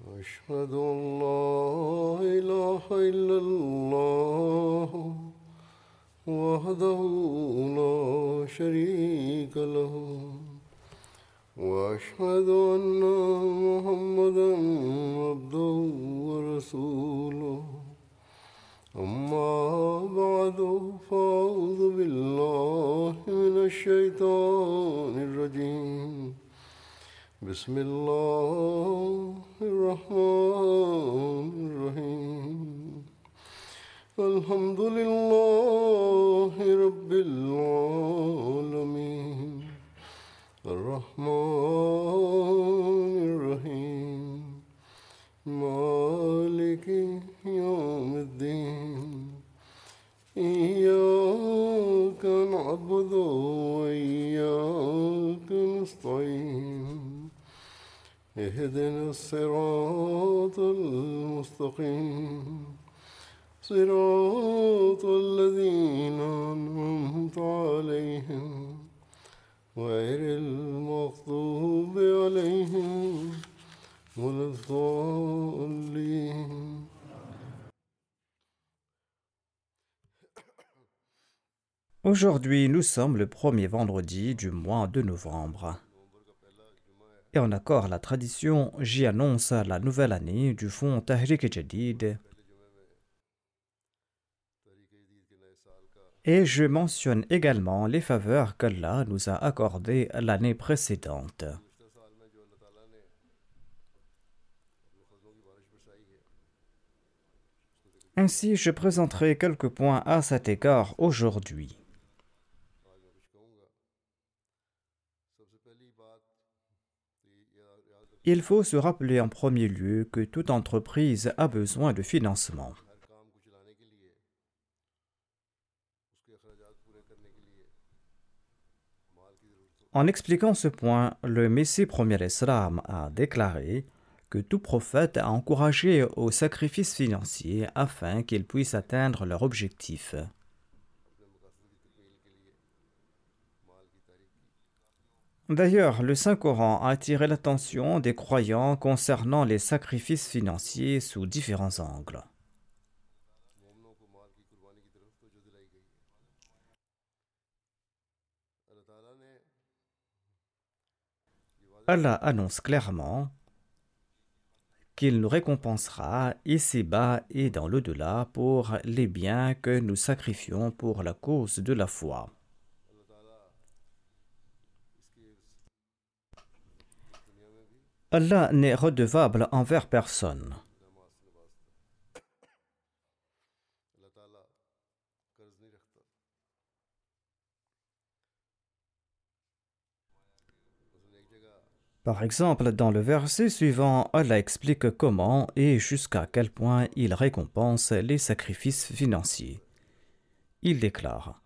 أشهد أن لا إله إلا الله وحده لا شريك له وأشهد أن محمدا عبده ورسوله أما بعد فأعوذ بالله من الشيطان الرجيم بسم الله الرحمن الرحيم الحمد لله رب العالمين الرحمن الرحيم مالك يوم الدين إياك نعبد وإياك نستعين اهدنا الصراط المستقيم صراط الذين أنعمت عليهم غير المغضوب عليهم ولا الضالين. Aujourd'hui, nous sommes le premier vendredi du mois de novembre. Et en accord à la tradition, j'y annonce la nouvelle année du fonds Tahrik Jadid. Et je mentionne également les faveurs qu'Allah nous a accordées l'année précédente. Ainsi, je présenterai quelques points à cet égard aujourd'hui. Il faut se rappeler en premier lieu que toute entreprise a besoin de financement. En expliquant ce point, le Messie premier Islam a déclaré que tout prophète a encouragé au sacrifice financier afin qu'ils puissent atteindre leur objectif. D'ailleurs, le Saint-Coran a attiré l'attention des croyants concernant les sacrifices financiers sous différents angles. Allah annonce clairement qu'il nous récompensera ici-bas et dans l'au-delà pour les biens que nous sacrifions pour la cause de la foi. Allah n'est redevable envers personne. Par exemple, dans le verset suivant, Allah explique comment et jusqu'à quel point il récompense les sacrifices financiers. Il déclare: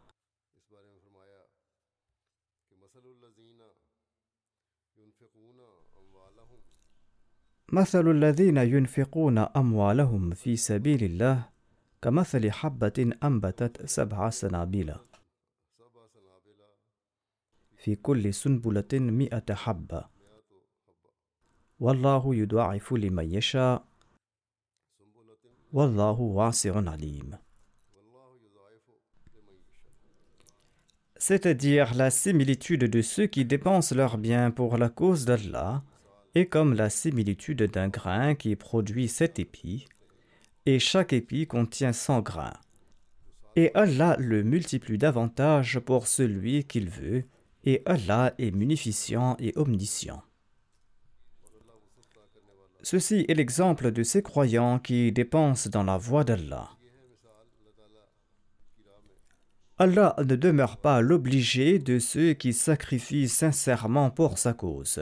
مثل الذين ينفقون أموالهم في سبيل الله كمثل حبة أنبتت 7 سنابل في كل سنبلة 100 حبة والله يضاعف لمن يشاء والله واسع عليم. C'est-à-dire la similitude de ceux qui dépensent leurs biens pour la cause d'Allah est comme la similitude d'un grain qui produit 7 épis, et chaque épi contient 100 grains. Et Allah le multiplie davantage pour celui qu'il veut, et Allah est munificent et omniscient. Ceci est l'exemple de ces croyants qui dépensent dans la voie d'Allah. Allah ne demeure pas l'obligé de ceux qui sacrifient sincèrement pour sa cause.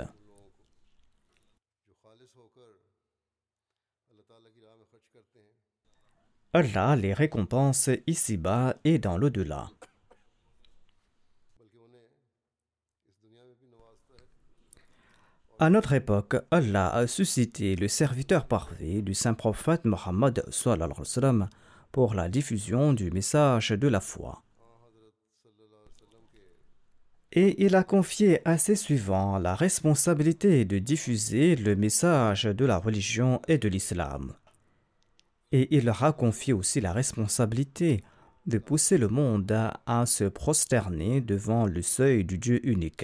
Allah les récompense ici-bas et dans l'au-delà. À notre époque, Allah a suscité le serviteur parfait du saint prophète Mohammed sallallahu alayhi wa sallam pour la diffusion du message de la foi. Et il a confié à ses suivants la responsabilité de diffuser le message de la religion et de l'islam. Et il leur a confié aussi la responsabilité de pousser le monde à se prosterner devant le seuil du Dieu unique.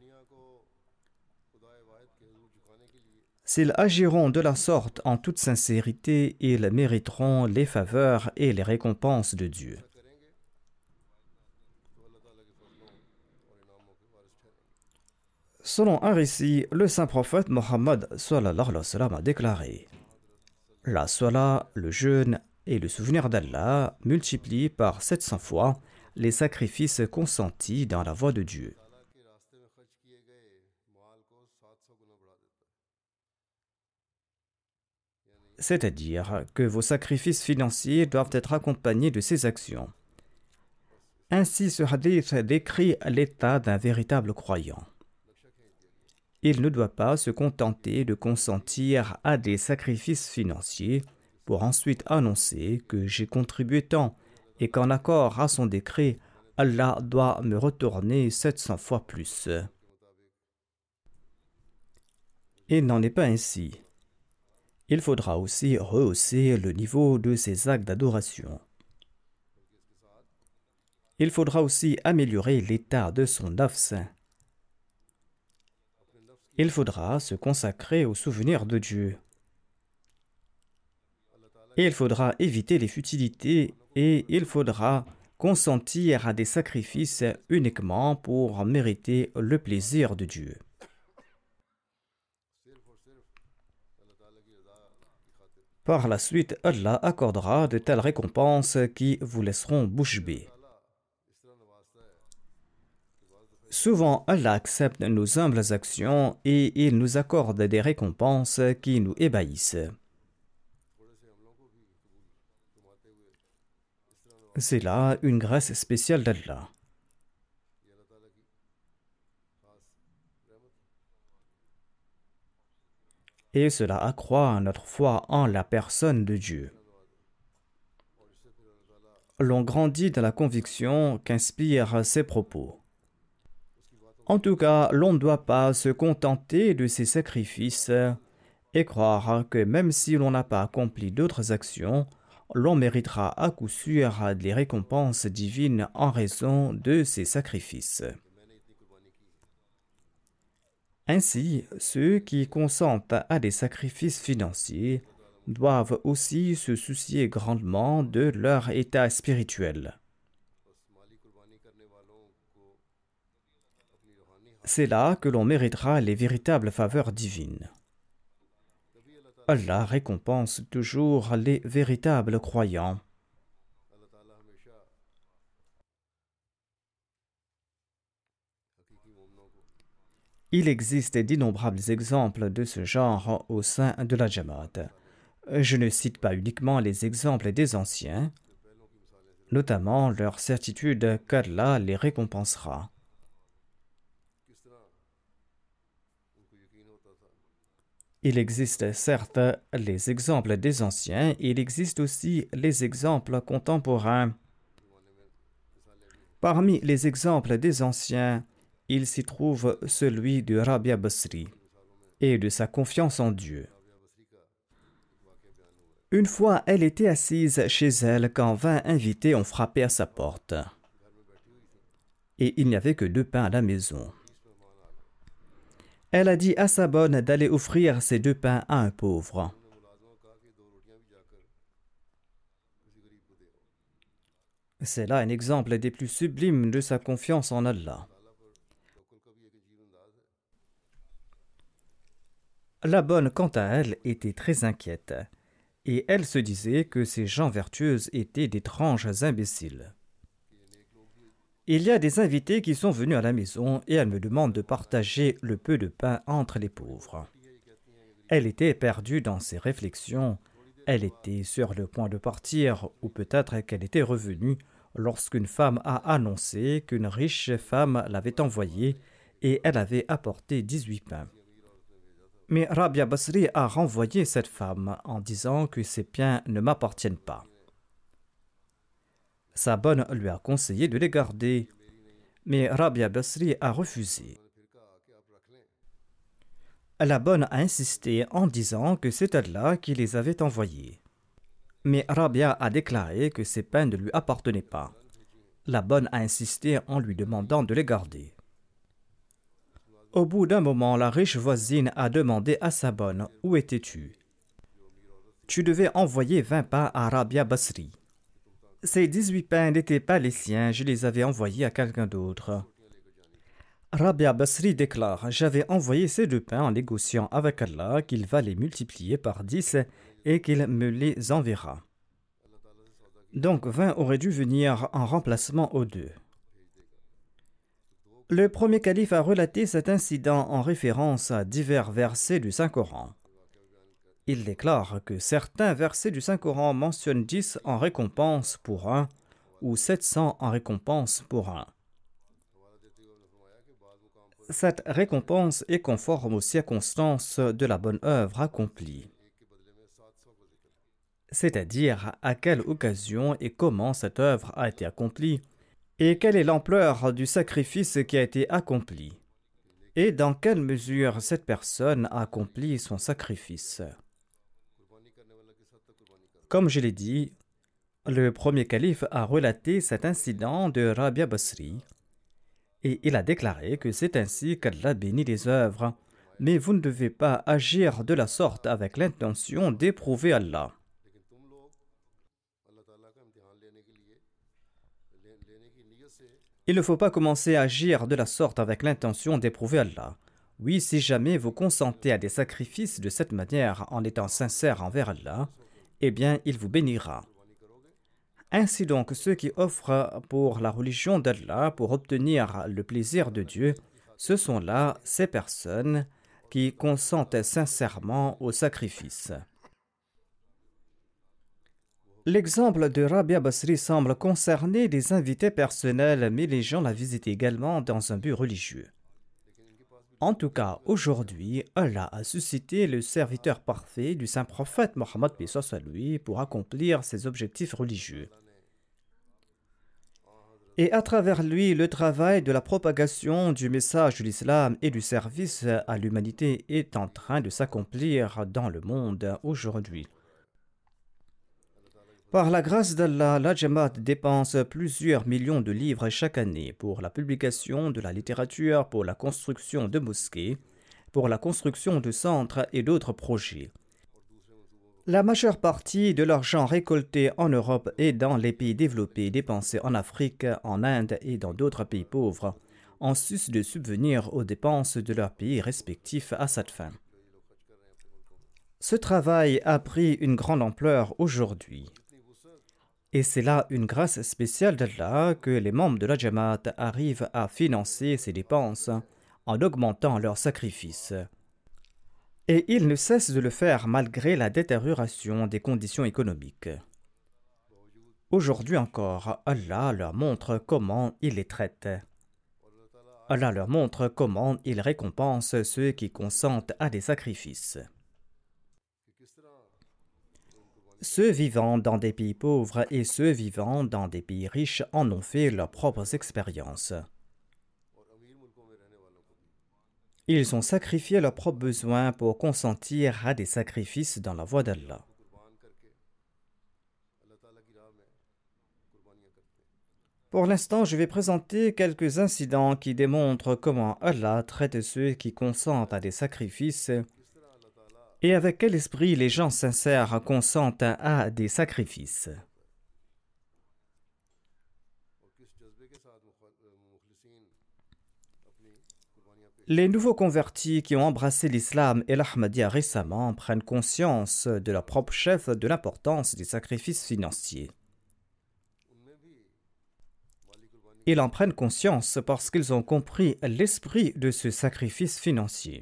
S'ils agiront de la sorte en toute sincérité, ils mériteront les faveurs et les récompenses de Dieu. Selon un récit, le saint prophète Mohammed sallallahu alayhi wa sallam a déclaré: la salat, le jeûne et le souvenir d'Allah multiplient par 700 fois les sacrifices consentis dans la voie de Dieu. C'est-à-dire que vos sacrifices financiers doivent être accompagnés de ces actions. Ainsi, ce hadith décrit l'état d'un véritable croyant. Il ne doit pas se contenter de consentir à des sacrifices financiers pour ensuite annoncer que j'ai contribué tant et qu'en accord à son décret, Allah doit me retourner 700 fois plus. Il n'en est pas ainsi. Il faudra aussi rehausser le niveau de ses actes d'adoration. Il faudra aussi améliorer l'état de son nafs. Il faudra se consacrer au souvenir de Dieu. Et il faudra éviter les futilités et il faudra consentir à des sacrifices uniquement pour mériter le plaisir de Dieu. Par la suite, Allah accordera de telles récompenses qui vous laisseront bouche bée. Souvent, Allah accepte nos humbles actions et il nous accorde des récompenses qui nous ébahissent. C'est là une grâce spéciale d'Allah. Et cela accroît notre foi en la personne de Dieu. L'on grandit dans la conviction qu'inspirent ces propos. En tout cas, l'on ne doit pas se contenter de ces sacrifices et croire que même si l'on n'a pas accompli d'autres actions, l'on méritera à coup sûr des récompenses divines en raison de ces sacrifices. Ainsi, ceux qui consentent à des sacrifices financiers doivent aussi se soucier grandement de leur état spirituel. C'est là que l'on méritera les véritables faveurs divines. Allah récompense toujours les véritables croyants. Il existe d'innombrables exemples de ce genre au sein de la Jamaat. Je ne cite pas uniquement les exemples des anciens, notamment leur certitude qu'Allah les récompensera. Il existe certes les exemples des anciens, et il existe aussi les exemples contemporains. Parmi les exemples des anciens, il s'y trouve celui de Rabia Basri et de sa confiance en Dieu. Une fois, elle était assise chez elle quand 20 invités ont frappé à sa porte. Et il n'y avait que 2 pains à la maison. Elle a dit à sa bonne d'aller offrir ces 2 pains à un pauvre. C'est là un exemple des plus sublimes de sa confiance en Allah. La bonne, quant à elle, était très inquiète, et elle se disait que ces gens vertueux étaient d'étranges imbéciles. Il y a des invités qui sont venus à la maison et elle me demande de partager le peu de pain entre les pauvres. Elle était perdue dans ses réflexions. Elle était sur le point de partir, ou peut-être qu'elle était revenue lorsqu'une femme a annoncé qu'une riche femme l'avait envoyée et elle avait apporté 18 pains. Mais Rabia Basri a renvoyé cette femme en disant que ces pains ne m'appartiennent pas. Sa bonne lui a conseillé de les garder, mais Rabia Basri a refusé. La bonne a insisté en disant que c'est Allah qui les avait envoyés. Mais Rabia a déclaré que ces pains ne lui appartenaient pas. La bonne a insisté en lui demandant de les garder. Au bout d'un moment, la riche voisine a demandé à sa bonne « Où étais-tu » ? Tu devais envoyer 20 pains à Rabia Basri. Ces 18 pains n'étaient pas les siens, je les avais envoyés à quelqu'un d'autre. Rabia Basri déclare « J'avais envoyé ces 2 pains en négociant avec Allah qu'il va les multiplier par 10 et qu'il me les enverra. » Donc 20 auraient dû venir en remplacement aux 2. Le premier calife a relaté cet incident en référence à divers versets du Saint-Coran. Il déclare que certains versets du Saint-Coran mentionnent 10 en récompense pour un ou 700 en récompense pour un. Cette récompense est conforme aux circonstances de la bonne œuvre accomplie, c'est-à-dire à quelle occasion et comment cette œuvre a été accomplie, et quelle est l'ampleur du sacrifice qui a été accompli, et dans quelle mesure cette personne a accompli son sacrifice. Comme je l'ai dit, le premier calife a relaté cet incident de Rabia Basri, et il a déclaré que c'est ainsi qu'Allah bénit les œuvres, mais vous ne devez pas agir de la sorte avec l'intention d'éprouver Allah. Il ne faut pas commencer à agir de la sorte avec l'intention d'éprouver Allah. Oui, si jamais vous consentez à des sacrifices de cette manière en étant sincère envers Allah, eh bien, il vous bénira. Ainsi donc, ceux qui offrent pour la religion d'Allah pour obtenir le plaisir de Dieu, ce sont là ces personnes qui consentent sincèrement au sacrifice. L'exemple de Rabia Basri semble concerner des invités personnels, mais les gens la visitent également dans un but religieux. En tout cas, aujourd'hui, Allah a suscité le serviteur parfait du saint prophète Mohammed lui pour accomplir ses objectifs religieux. Et à travers lui, le travail de la propagation du message de l'islam et du service à l'humanité est en train de s'accomplir dans le monde aujourd'hui. Par la grâce d'Allah, la Jamaat dépense plusieurs millions de livres chaque année pour la publication de la littérature, pour la construction de mosquées, pour la construction de centres et d'autres projets. La majeure partie de l'argent récolté en Europe et dans les pays développés dépensé en Afrique, en Inde et dans d'autres pays pauvres, en sus de subvenir aux dépenses de leurs pays respectifs à cette fin. Ce travail a pris une grande ampleur aujourd'hui. Et c'est là une grâce spéciale d'Allah que les membres de la Jamaat arrivent à financer ces dépenses en augmentant leurs sacrifices. Et ils ne cessent de le faire malgré la détérioration des conditions économiques. Aujourd'hui encore, Allah leur montre comment il les traite. Allah leur montre comment il récompense ceux qui consentent à des sacrifices. Ceux vivant dans des pays pauvres et ceux vivant dans des pays riches en ont fait leurs propres expériences. Ils ont sacrifié leurs propres besoins pour consentir à des sacrifices dans la voie d'Allah. Pour l'instant, je vais présenter quelques incidents qui démontrent comment Allah traite ceux qui consentent à des sacrifices et avec quel esprit les gens sincères consentent à des sacrifices. Les nouveaux convertis qui ont embrassé l'islam et l'Ahmadiyya récemment prennent conscience de leur propre chef de l'importance des sacrifices financiers. Ils en prennent conscience parce qu'ils ont compris l'esprit de ce sacrifice financier.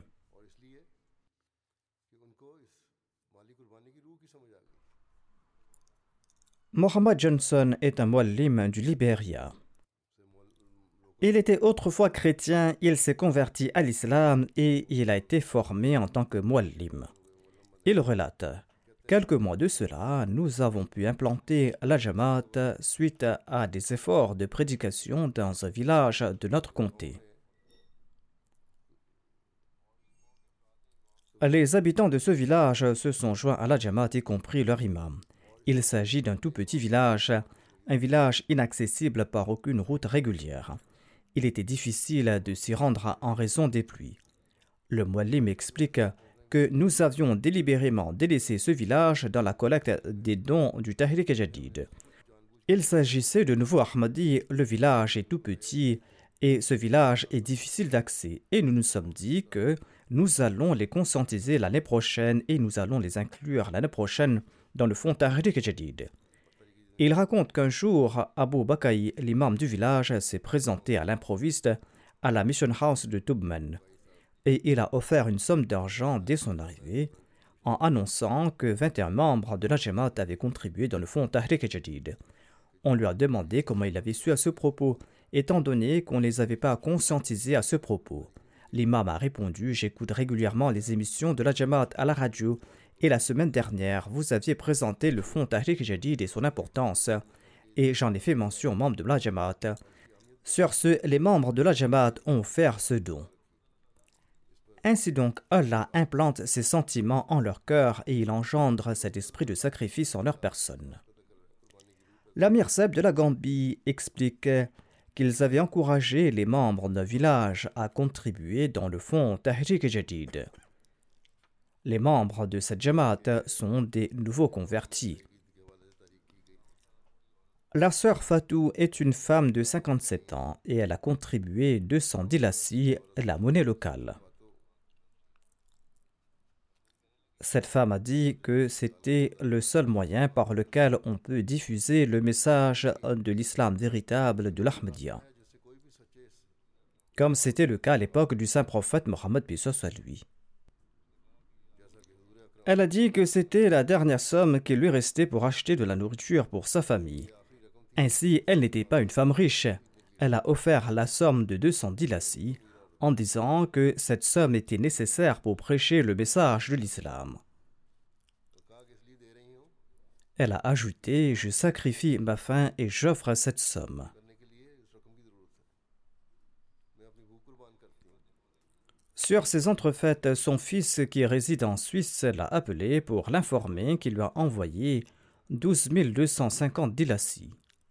Mohammed Johnson est un muallim du Libéria. Il était autrefois chrétien, il s'est converti à l'islam et il a été formé en tant que muallim. Il relate Quelques mois de cela, nous avons pu implanter la Jamaat suite à des efforts de prédication dans un village de notre comté. Les habitants de ce village se sont joints à la Jamaat, y compris leur imam. Il s'agit d'un tout petit village, un village inaccessible par aucune route régulière. Il était difficile de s'y rendre en raison des pluies. Le muallim explique que nous avions délibérément délaissé ce village dans la collecte des dons du Tahrik Jadid. Il s'agissait de nouveau Ahmadi, le village est tout petit et ce village est difficile d'accès et nous nous sommes dit que nous allons les conscientiser l'année prochaine et nous allons les inclure l'année prochaine dans le fonds Tahrik Jadid. Il raconte qu'un jour, Abu Bakaï, l'imam du village, s'est présenté à l'improviste à la Mission House de Tubman et il a offert une somme d'argent dès son arrivée en annonçant que 21 membres de la Jamaat avaient contribué dans le fonds Tahrik Jadid. On lui a demandé comment il avait su à ce propos, étant donné qu'on ne les avait pas conscientisés à ce propos. L'imam a répondu « J'écoute régulièrement les émissions de la Jamaat à la radio et la semaine dernière, vous aviez présenté le fonds Tahrik Jadid et son importance et j'en ai fait mention aux membres de la Jamaat. Sur ce, les membres de la Jamaat ont offert ce don. » Ainsi donc, Allah implante ses sentiments en leur cœur et il engendre cet esprit de sacrifice en leur personne. L'Amir Seb de la Gambie explique qu'ils avaient encouragé les membres d'un village à contribuer dans le fonds Tahrik Jadid. Les membres de cette Jamaat sont des nouveaux convertis. La sœur Fatou est une femme de 57 ans et elle a contribué 210 lassis, la monnaie locale. Cette femme a dit que c'était le seul moyen par lequel on peut diffuser le message de l'islam véritable de l'Ahmadiyya, comme c'était le cas à l'époque du saint prophète Mohammed P.S. à lui. Elle a dit que c'était la dernière somme qui lui restait pour acheter de la nourriture pour sa famille. Ainsi, elle n'était pas une femme riche. Elle a offert la somme de 210 lassis en disant que cette somme était nécessaire pour prêcher le message de l'islam. Elle a ajouté « Je sacrifie ma faim et j'offre cette somme. » Sur ces entrefaites, son fils qui réside en Suisse l'a appelé pour l'informer qu'il lui a envoyé 12 250 dilassis.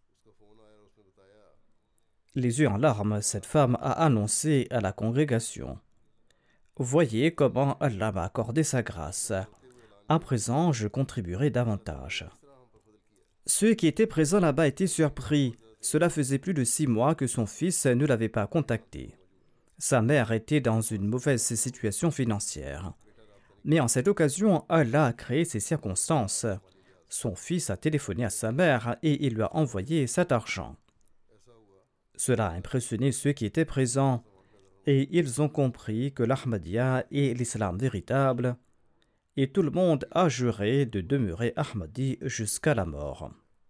Les yeux en larmes, cette femme a annoncé à la congrégation « Voyez comment Allah m'a accordé sa grâce. À présent, je contribuerai davantage. » Ceux qui étaient présents là-bas étaient surpris. Cela faisait plus de 6 mois que son fils ne l'avait pas contacté. Sa mère était dans une mauvaise situation financière. Mais en cette occasion, Allah a créé ces circonstances. Son fils a téléphoné à sa mère et il lui a envoyé cet argent. Cela a impressionné ceux qui étaient présents et ils ont compris que l'Ahmadiyya est l'islam véritable et tout le monde a juré de demeurer Ahmadi jusqu'à la mort.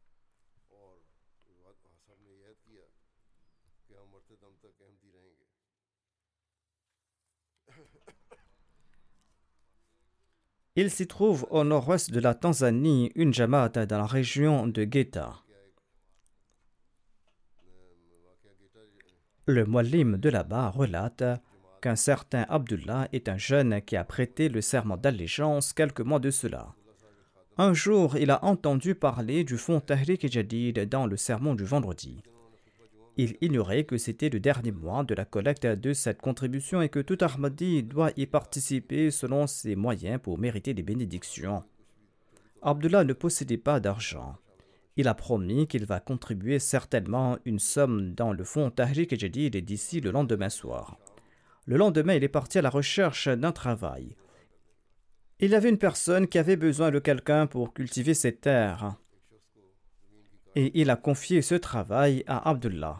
Il s'y trouve au nord-ouest de la Tanzanie une Jamaat dans la région de Geita. Le muallim de là-bas relate qu'un certain Abdullah est un jeune qui a prêté le serment d'allégeance quelques mois de cela. Un jour, il a entendu parler du fonds Tahrik Jadid dans le sermon du vendredi. Il ignorait que c'était le dernier mois de la collecte de cette contribution et que tout Ahmadi doit y participer selon ses moyens pour mériter des bénédictions. Abdullah ne possédait pas d'argent. Il a promis qu'il va contribuer certainement une somme dans le fonds Tahrik Jadid d'ici le lendemain soir. Le lendemain, il est parti à la recherche d'un travail. Il y avait une personne qui avait besoin de quelqu'un pour cultiver ses terres. Et il a confié ce travail à Abdullah.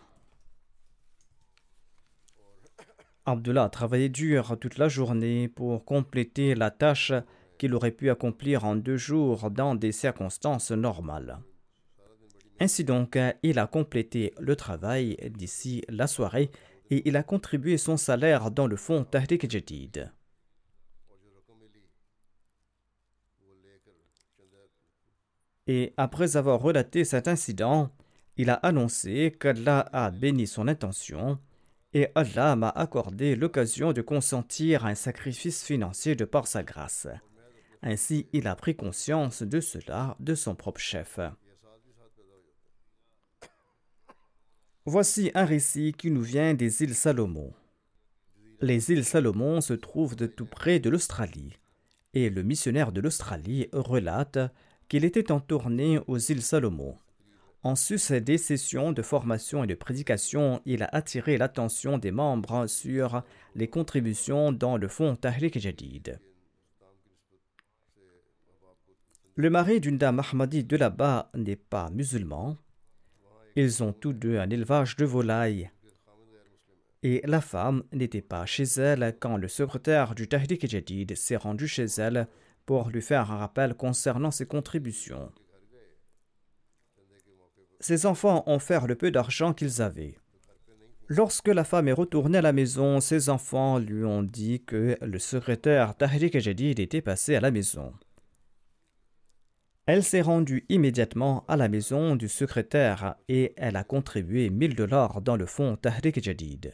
Abdullah a travaillé dur toute la journée pour compléter la tâche qu'il aurait pu accomplir en 2 jours dans des circonstances normales. Ainsi donc, il a complété le travail d'ici la soirée et il a contribué son salaire dans le fonds Tahrik Jadid. Et après avoir relaté cet incident, il a annoncé qu'Allah a béni son intention et Allah m'a accordé l'occasion de consentir à un sacrifice financier de par sa grâce. Ainsi, il a pris conscience de cela de son propre chef. Voici un récit qui nous vient des îles Salomon. Les îles Salomon se trouvent de tout près de l'Australie, et le missionnaire de l'Australie relate qu'il était en tournée aux îles Salomon. En sus des sessions de formation et de prédication, il a attiré l'attention des membres sur les contributions dans le fonds Tahrik Jadid. Le mari d'une dame ahmadie de là-bas n'est pas musulman. Ils ont tous deux un élevage de volailles. Et la femme n'était pas chez elle quand le secrétaire du Tahrik Jadid s'est rendu chez elle pour lui faire un rappel concernant ses contributions. Ses enfants ont fait le peu d'argent qu'ils avaient. Lorsque la femme est retournée à la maison, ses enfants lui ont dit que le secrétaire Tahrik Jadid était passé à la maison. Elle s'est rendue immédiatement à la maison du secrétaire et elle a contribué $1000 dans le fonds Tahrik Jadid.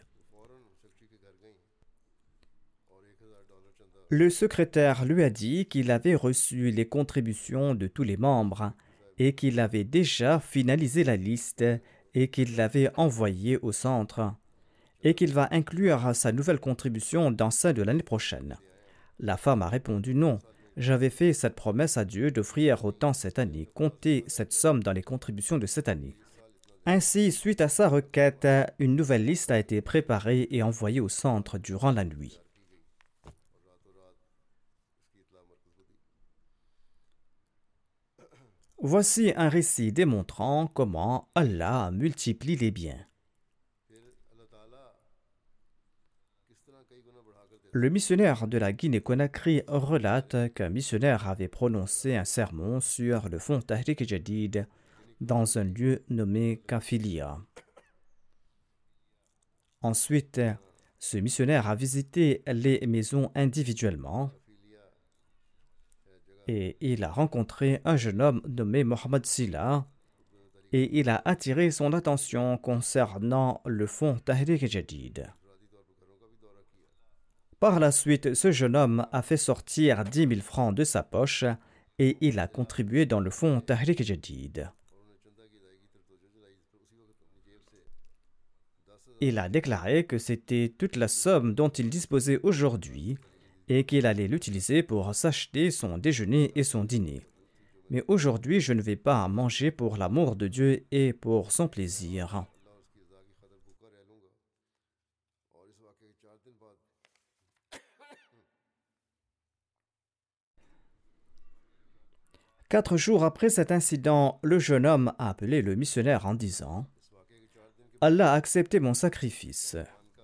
Le secrétaire lui a dit qu'il avait reçu les contributions de tous les membres et qu'il avait déjà finalisé la liste et qu'il l'avait envoyée au centre et qu'il va inclure sa nouvelle contribution dans celle de l'année prochaine. La femme a répondu non. J'avais fait cette promesse à Dieu d'offrir autant cette année. Comptez cette somme dans les contributions de cette année. Ainsi, suite à sa requête, une nouvelle liste a été préparée et envoyée au centre durant la nuit. Voici un récit démontrant comment Allah multiplie les biens. Le missionnaire de la Guinée-Conakry relate qu'un missionnaire avait prononcé un sermon sur le fonds Tahrik Jadid dans un lieu nommé Kafilia. Ensuite, ce missionnaire a visité les maisons individuellement et il a rencontré un jeune homme nommé Mohamed Silla et il a attiré son attention concernant le fonds Tahrik Jadid. Par la suite, ce jeune homme a fait sortir 10 000 francs de sa poche et il a contribué dans le fonds Tahrik Jadid. Il a déclaré que c'était toute la somme dont il disposait aujourd'hui et qu'il allait l'utiliser pour s'acheter son déjeuner et son dîner. Mais aujourd'hui, je ne vais pas manger pour l'amour de Dieu et pour son plaisir. Quatre jours après cet incident, le jeune homme a appelé le missionnaire en disant « Allah a accepté mon sacrifice.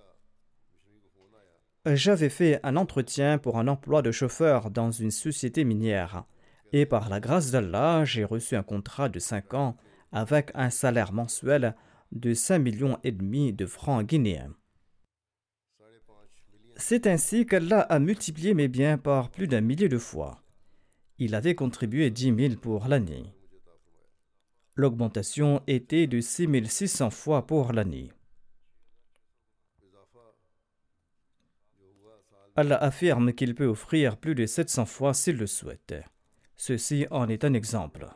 J'avais fait un entretien pour un emploi de chauffeur dans une société minière et par la grâce d'Allah, j'ai reçu un contrat de 5 ans avec un salaire mensuel de 5,5 millions de francs guinéens. C'est ainsi qu'Allah a multiplié mes biens par plus d'1 millier de fois. Il avait contribué 10 000 pour l'année. L'augmentation était de 6 600 fois pour l'année. Allah affirme qu'il peut offrir plus de 700 fois s'il le souhaite. Ceci en est un exemple.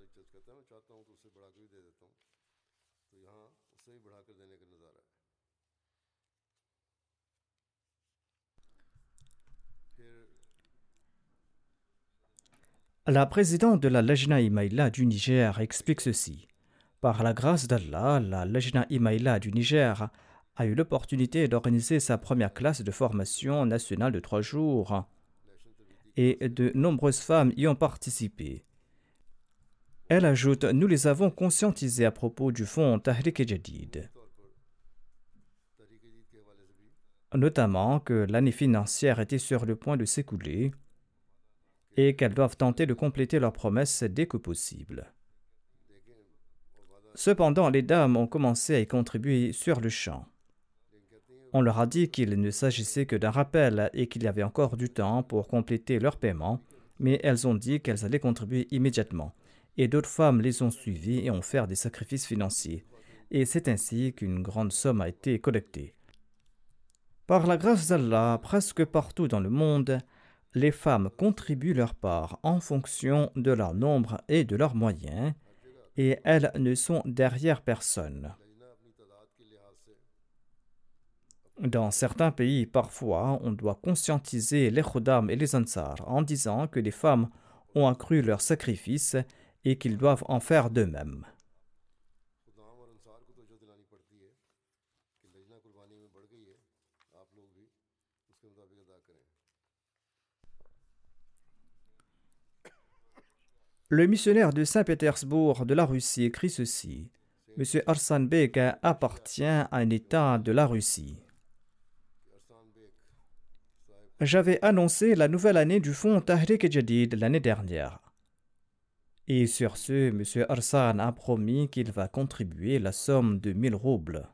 La présidente de la Lajna Imaïla du Niger explique ceci. Par la grâce d'Allah, la Lajna Imaïla du Niger a eu l'opportunité d'organiser sa première classe de formation nationale de 3 jours et de nombreuses femmes y ont participé. Elle ajoute, nous les avons conscientisées à propos du fonds Tahrik Jadid, notamment que l'année financière était sur le point de s'écouler et qu'elles doivent tenter de compléter leurs promesses dès que possible. Cependant, les dames ont commencé à y contribuer sur le champ. On leur a dit qu'il ne s'agissait que d'un rappel et qu'il y avait encore du temps pour compléter leur paiement mais elles ont dit qu'elles allaient contribuer immédiatement. Et d'autres femmes les ont suivies et ont fait des sacrifices financiers. Et c'est ainsi qu'une grande somme a été collectée. Par la grâce d'Allah, presque partout dans le monde, les femmes contribuent leur part en fonction de leur nombre et de leurs moyens, et elles ne sont derrière personne. Dans certains pays, parfois, on doit conscientiser les khuddam et les ansar en disant que les femmes ont accru leurs sacrifices et qu'ils doivent en faire de même. Le missionnaire de Saint-Pétersbourg de la Russie écrit ceci. M. Arsan Bek appartient à un État de la Russie. J'avais annoncé la nouvelle année du fonds Tahrik-e-Jadid l'année dernière. Et sur ce, M. Arsan a promis qu'il va contribuer la somme de 1000 roubles.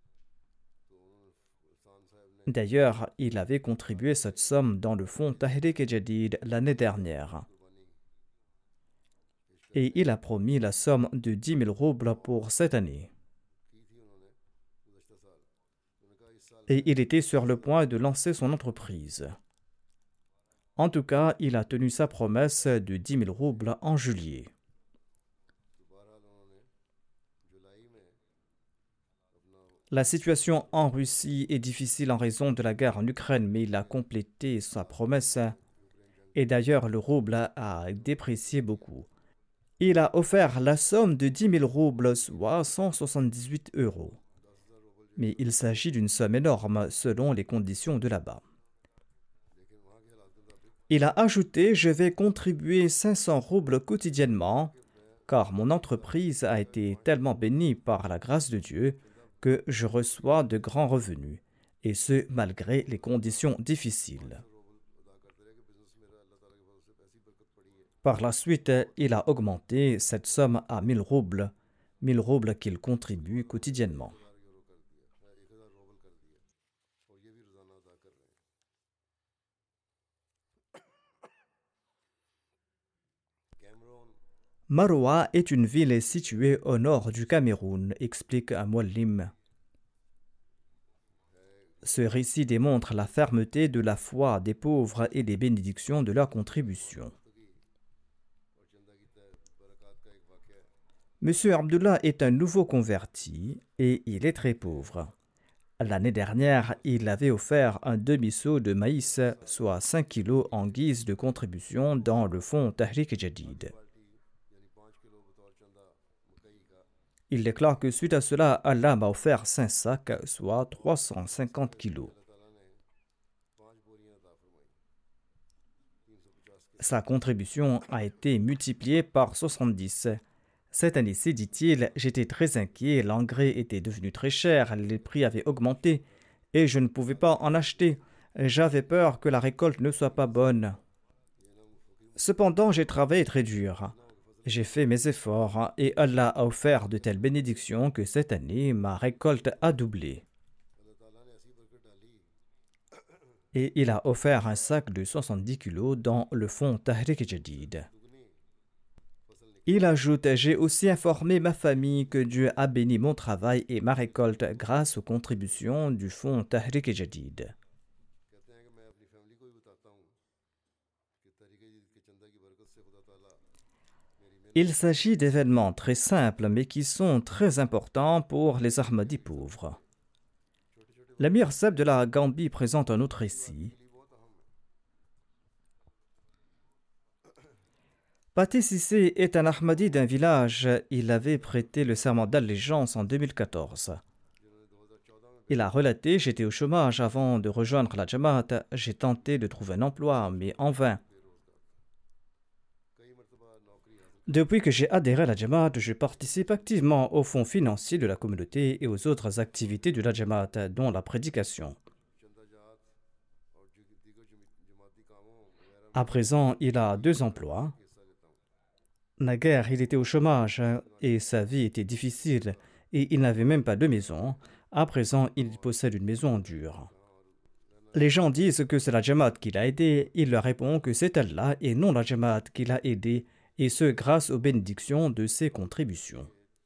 D'ailleurs, il avait contribué cette somme dans le fonds Tahrik-e-Jadid l'année dernière. Et il a promis la somme de 10 000 roubles pour cette année. Et il était sur le point de lancer son entreprise. En tout cas, il a tenu sa promesse de 10 000 roubles en juillet. La situation en Russie est difficile en raison de la guerre en Ukraine, mais il a complété sa promesse. Et d'ailleurs, le rouble a déprécié beaucoup. Il a offert la somme de 10 000 roubles, soit 178 €. Mais il s'agit d'une somme énorme selon les conditions de là-bas. Il a ajouté « Je vais contribuer 500 roubles quotidiennement, car mon entreprise a été tellement bénie par la grâce de Dieu que je reçois de grands revenus, et ce malgré les conditions difficiles. » Par la suite, il a augmenté cette somme à 1000 roubles qu'il contribue quotidiennement. Maroua est une ville située au nord du Cameroun, explique un muallim. Ce récit démontre la fermeté de la foi des pauvres et les bénédictions de leur contribution. Monsieur Abdullah est un nouveau converti et il est très pauvre. L'année dernière, il avait offert un demi-seau de maïs, soit 5 kilos en guise de contribution dans le fonds Tahrik-e-Jadid. Il déclare que suite à cela, Allah m'a offert 5 sacs, soit 350 kilos. Sa contribution a été multipliée par 70. Cette année-ci, dit-il, j'étais très inquiet, l'engrais était devenu très cher, les prix avaient augmenté et je ne pouvais pas en acheter. J'avais peur que la récolte ne soit pas bonne. Cependant, j'ai travaillé très dur. J'ai fait mes efforts et Allah a offert de telles bénédictions que cette année, ma récolte a doublé. Et il a offert un sac de 70 kilos dans le fonds Tahrik-e-Jadid. Il ajoute « J'ai aussi informé ma famille que Dieu a béni mon travail et ma récolte grâce aux contributions du fonds Tahrik-e-Jadid. » Il s'agit d'événements très simples mais qui sont très importants pour les Ahmadis pauvres. L'Amir Seb de la Gambie présente un autre récit. Pati Sissé est un Ahmadi d'un village. Il avait prêté le serment d'allégeance en 2014. Il a relaté « J'étais au chômage avant de rejoindre la Jamaat. J'ai tenté de trouver un emploi, mais en vain. Depuis que j'ai adhéré à la Jamaat, je participe activement aux fonds financiers de la communauté et aux autres activités de la Jamaat, dont la prédication. À présent, il a 2 emplois. Naguère, il était au chômage et sa vie était difficile et il n'avait même pas de maison. À présent, il possède une maison en dur. Les gens disent que c'est la Jamaat qui l'a aidé. Il leur répond que c'est Allah et non la Jamaat qui l'a aidé, et ce grâce aux bénédictions de ses contributions.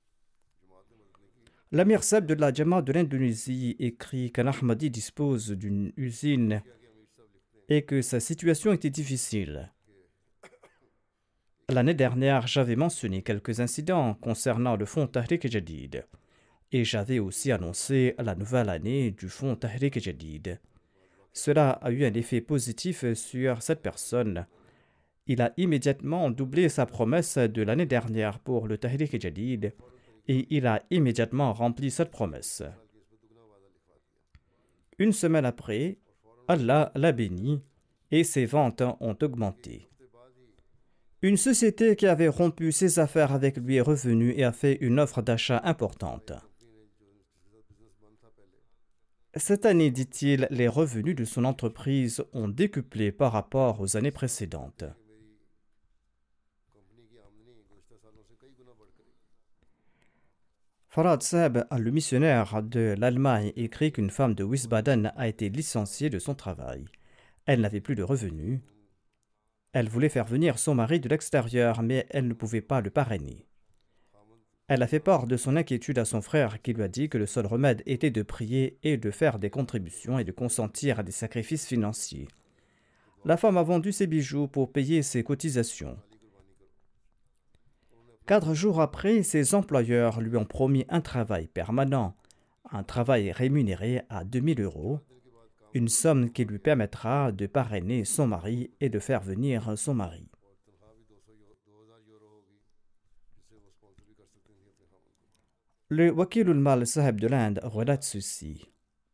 L'Amir Seb de la Jamaat de l'Indonésie écrit qu'un Ahmadi dispose d'une usine et que sa situation était difficile. L'année dernière, j'avais mentionné quelques incidents concernant le fonds Tahrik Jadid et j'avais aussi annoncé la nouvelle année du fonds Tahrik Jadid. Cela a eu un effet positif sur cette personne. Il a immédiatement doublé sa promesse de l'année dernière pour le Tahrik Jadid et il a immédiatement rempli cette promesse. Une semaine après, Allah l'a béni et ses ventes ont augmenté. Une société qui avait rompu ses affaires avec lui est revenue et a fait une offre d'achat importante. Cette année, dit-il, les revenus de son entreprise ont décuplé par rapport aux années précédentes. Farad Saab, le missionnaire de l'Allemagne, écrit qu'une femme de Wiesbaden a été licenciée de son travail. Elle n'avait plus de revenus. Elle voulait faire venir son mari de l'extérieur, mais elle ne pouvait pas le parrainer. Elle a fait part de son inquiétude à son frère qui lui a dit que le seul remède était de prier et de faire des contributions et de consentir à des sacrifices financiers. La femme a vendu ses bijoux pour payer ses cotisations. 4 jours après, ses employeurs lui ont promis un travail permanent, un travail rémunéré à 2000 €, une somme qui lui permettra de parrainer son mari et de faire venir son mari. Le Wakilul Mal Saheb de l'Inde relate ceci.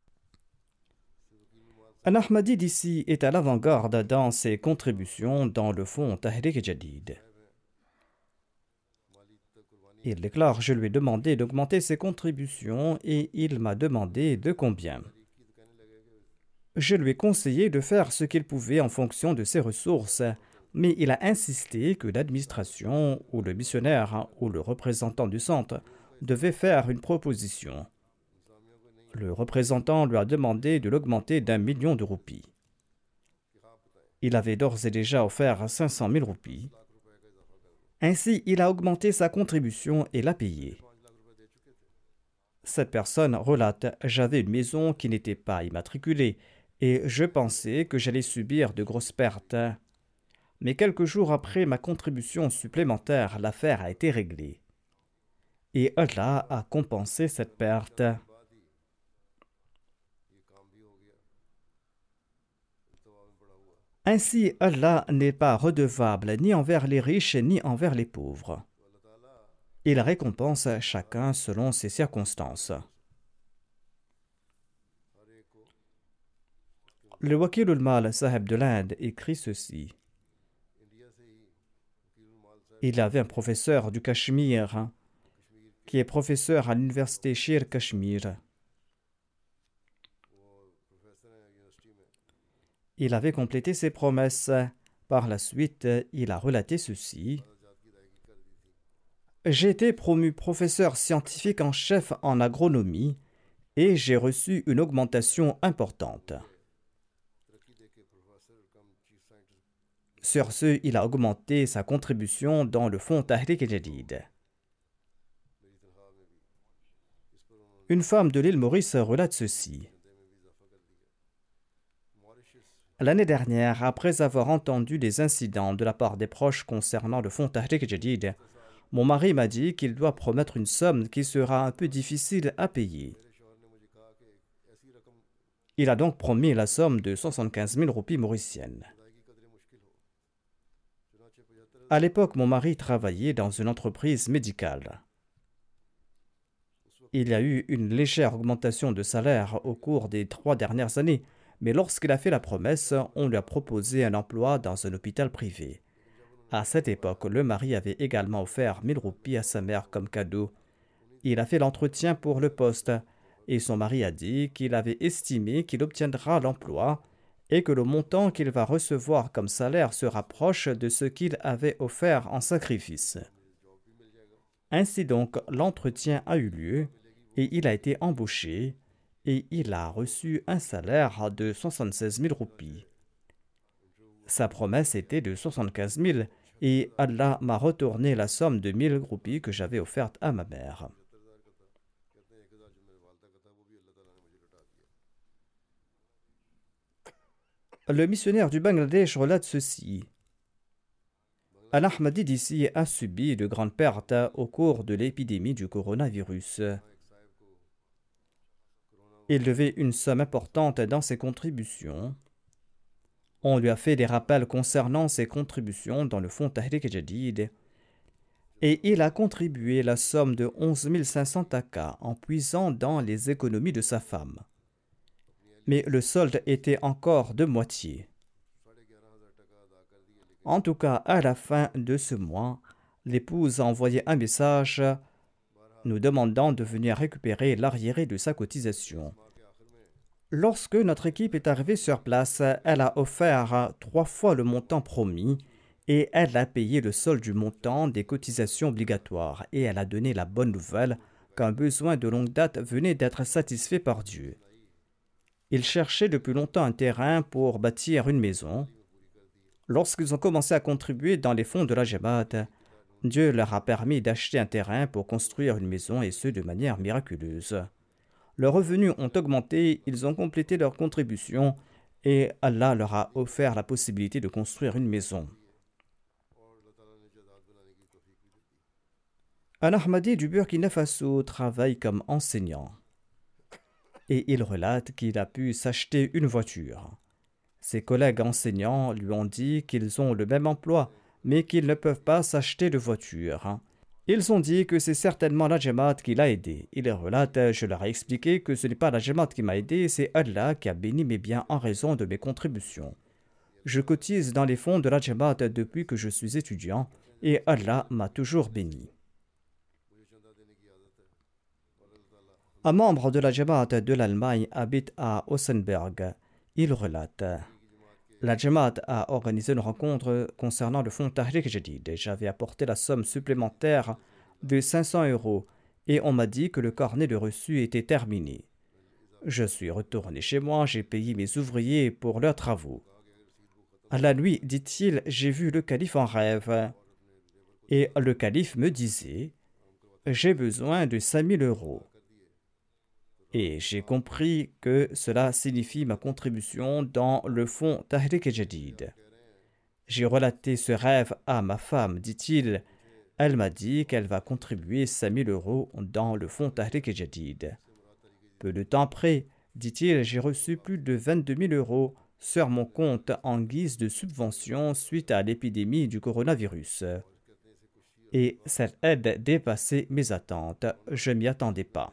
Un Ahmadi d'ici est à l'avant-garde dans ses contributions dans le fonds Tahrik Jadid. Il déclare: je lui ai demandé d'augmenter ses contributions et il m'a demandé de combien. Je lui ai conseillé de faire ce qu'il pouvait en fonction de ses ressources, mais il a insisté que l'administration ou le missionnaire ou le représentant du centre devait faire une proposition. Le représentant lui a demandé de l'augmenter d'1 million de roupies. Il avait d'ores et déjà offert 500 000 roupies. Ainsi, il a augmenté sa contribution et l'a payée. Cette personne relate: j'avais une maison qui n'était pas immatriculée et je pensais que j'allais subir de grosses pertes. Mais quelques jours après ma contribution supplémentaire, l'affaire a été réglée. Et Allah a compensé cette perte. Ainsi, Allah n'est pas redevable ni envers les riches ni envers les pauvres. Il récompense chacun selon ses circonstances. Le Wakilul Mal Saheb de l'Inde écrit ceci. Il avait un professeur du Cachemire qui est professeur à l'université Sher Kashmir. Il avait complété ses promesses. Par la suite, il a relaté ceci. J'ai été promu professeur scientifique en chef en agronomie et j'ai reçu une augmentation importante. Sur ce, il a augmenté sa contribution dans le fonds Tahrik Jadid. Une femme de l'île Maurice relate ceci. L'année dernière, après avoir entendu des incidents de la part des proches concernant le fonds Tahrik Jadid, mon mari m'a dit qu'il doit promettre une somme qui sera un peu difficile à payer. Il a donc promis la somme de 75 000 roupies mauriciennes. À l'époque, mon mari travaillait dans une entreprise médicale. Il y a eu une légère augmentation de salaire au cours des 3 dernières années, mais lorsqu'il a fait la promesse, on lui a proposé un emploi dans un hôpital privé. À cette époque, le mari avait également offert 1000 roupies à sa mère comme cadeau. Il a fait l'entretien pour le poste et son mari a dit qu'il avait estimé qu'il obtiendra l'emploi et que le montant qu'il va recevoir comme salaire se rapproche de ce qu'il avait offert en sacrifice. Ainsi donc, l'entretien a eu lieu et il a été embauché et il a reçu un salaire de 76 000 roupies. Sa promesse était de 75 000 et Allah m'a retourné la somme de 1000 roupies que j'avais offerte à ma mère. Le missionnaire du Bangladesh relate ceci. Un Ahmadi d'ici a subi de grandes pertes au cours de l'épidémie du coronavirus. Il devait une somme importante dans ses contributions. On lui a fait des rappels concernant ses contributions dans le fonds Tahrik Jadid et il a contribué la somme de 11 500 taka en puisant dans les économies de sa femme. Mais le solde était encore de moitié. En tout cas, à la fin de ce mois, l'épouse a envoyé un message nous demandant de venir récupérer l'arriéré de sa cotisation. Lorsque notre équipe est arrivée sur place, elle a offert 3 fois le montant promis et elle a payé le solde du montant des cotisations obligatoires et elle a donné la bonne nouvelle qu'un besoin de longue date venait d'être satisfait par Dieu. Ils cherchaient depuis longtemps un terrain pour bâtir une maison. Lorsqu'ils ont commencé à contribuer dans les fonds de la Jamaat, Dieu leur a permis d'acheter un terrain pour construire une maison et ce de manière miraculeuse. Leurs revenus ont augmenté, ils ont complété leur contribution et Allah leur a offert la possibilité de construire une maison. Un Ahmadi du Burkina Faso travaille comme enseignant et il relate qu'il a pu s'acheter une voiture. Ses collègues enseignants lui ont dit qu'ils ont le même emploi mais qu'ils ne peuvent pas s'acheter de voiture. Ils ont dit que c'est certainement la Jamaat qui l'a aidé. Il relate, je leur ai expliqué que ce n'est pas la Jamaat qui m'a aidé, c'est Allah qui a béni mes biens en raison de mes contributions. Je cotise dans les fonds de la Jamaat depuis que je suis étudiant et Allah m'a toujours béni. Un membre de la Jamaat de l'Allemagne habite à Ossenberg. Il relate. La Jamaat a organisé une rencontre concernant le fonds Tahrik Jadid. J'avais apporté la somme supplémentaire de 500 € et on m'a dit que le carnet de reçus était terminé. Je suis retourné chez moi, j'ai payé mes ouvriers pour leurs travaux. À la nuit, dit-il, j'ai vu le calife en rêve et le calife me disait « J'ai besoin de 5 000 €. Et j'ai compris que cela signifie ma contribution dans le fonds Tahrik Jadid. J'ai relaté ce rêve à ma femme, dit-il. Elle m'a dit qu'elle va contribuer 5 000 € dans le fonds Tahrik Jadid. Peu de temps après, dit-il, j'ai reçu plus de 22 000 € sur mon compte en guise de subvention suite à l'épidémie du coronavirus. Et cette aide dépassait mes attentes. Je ne m'y attendais pas.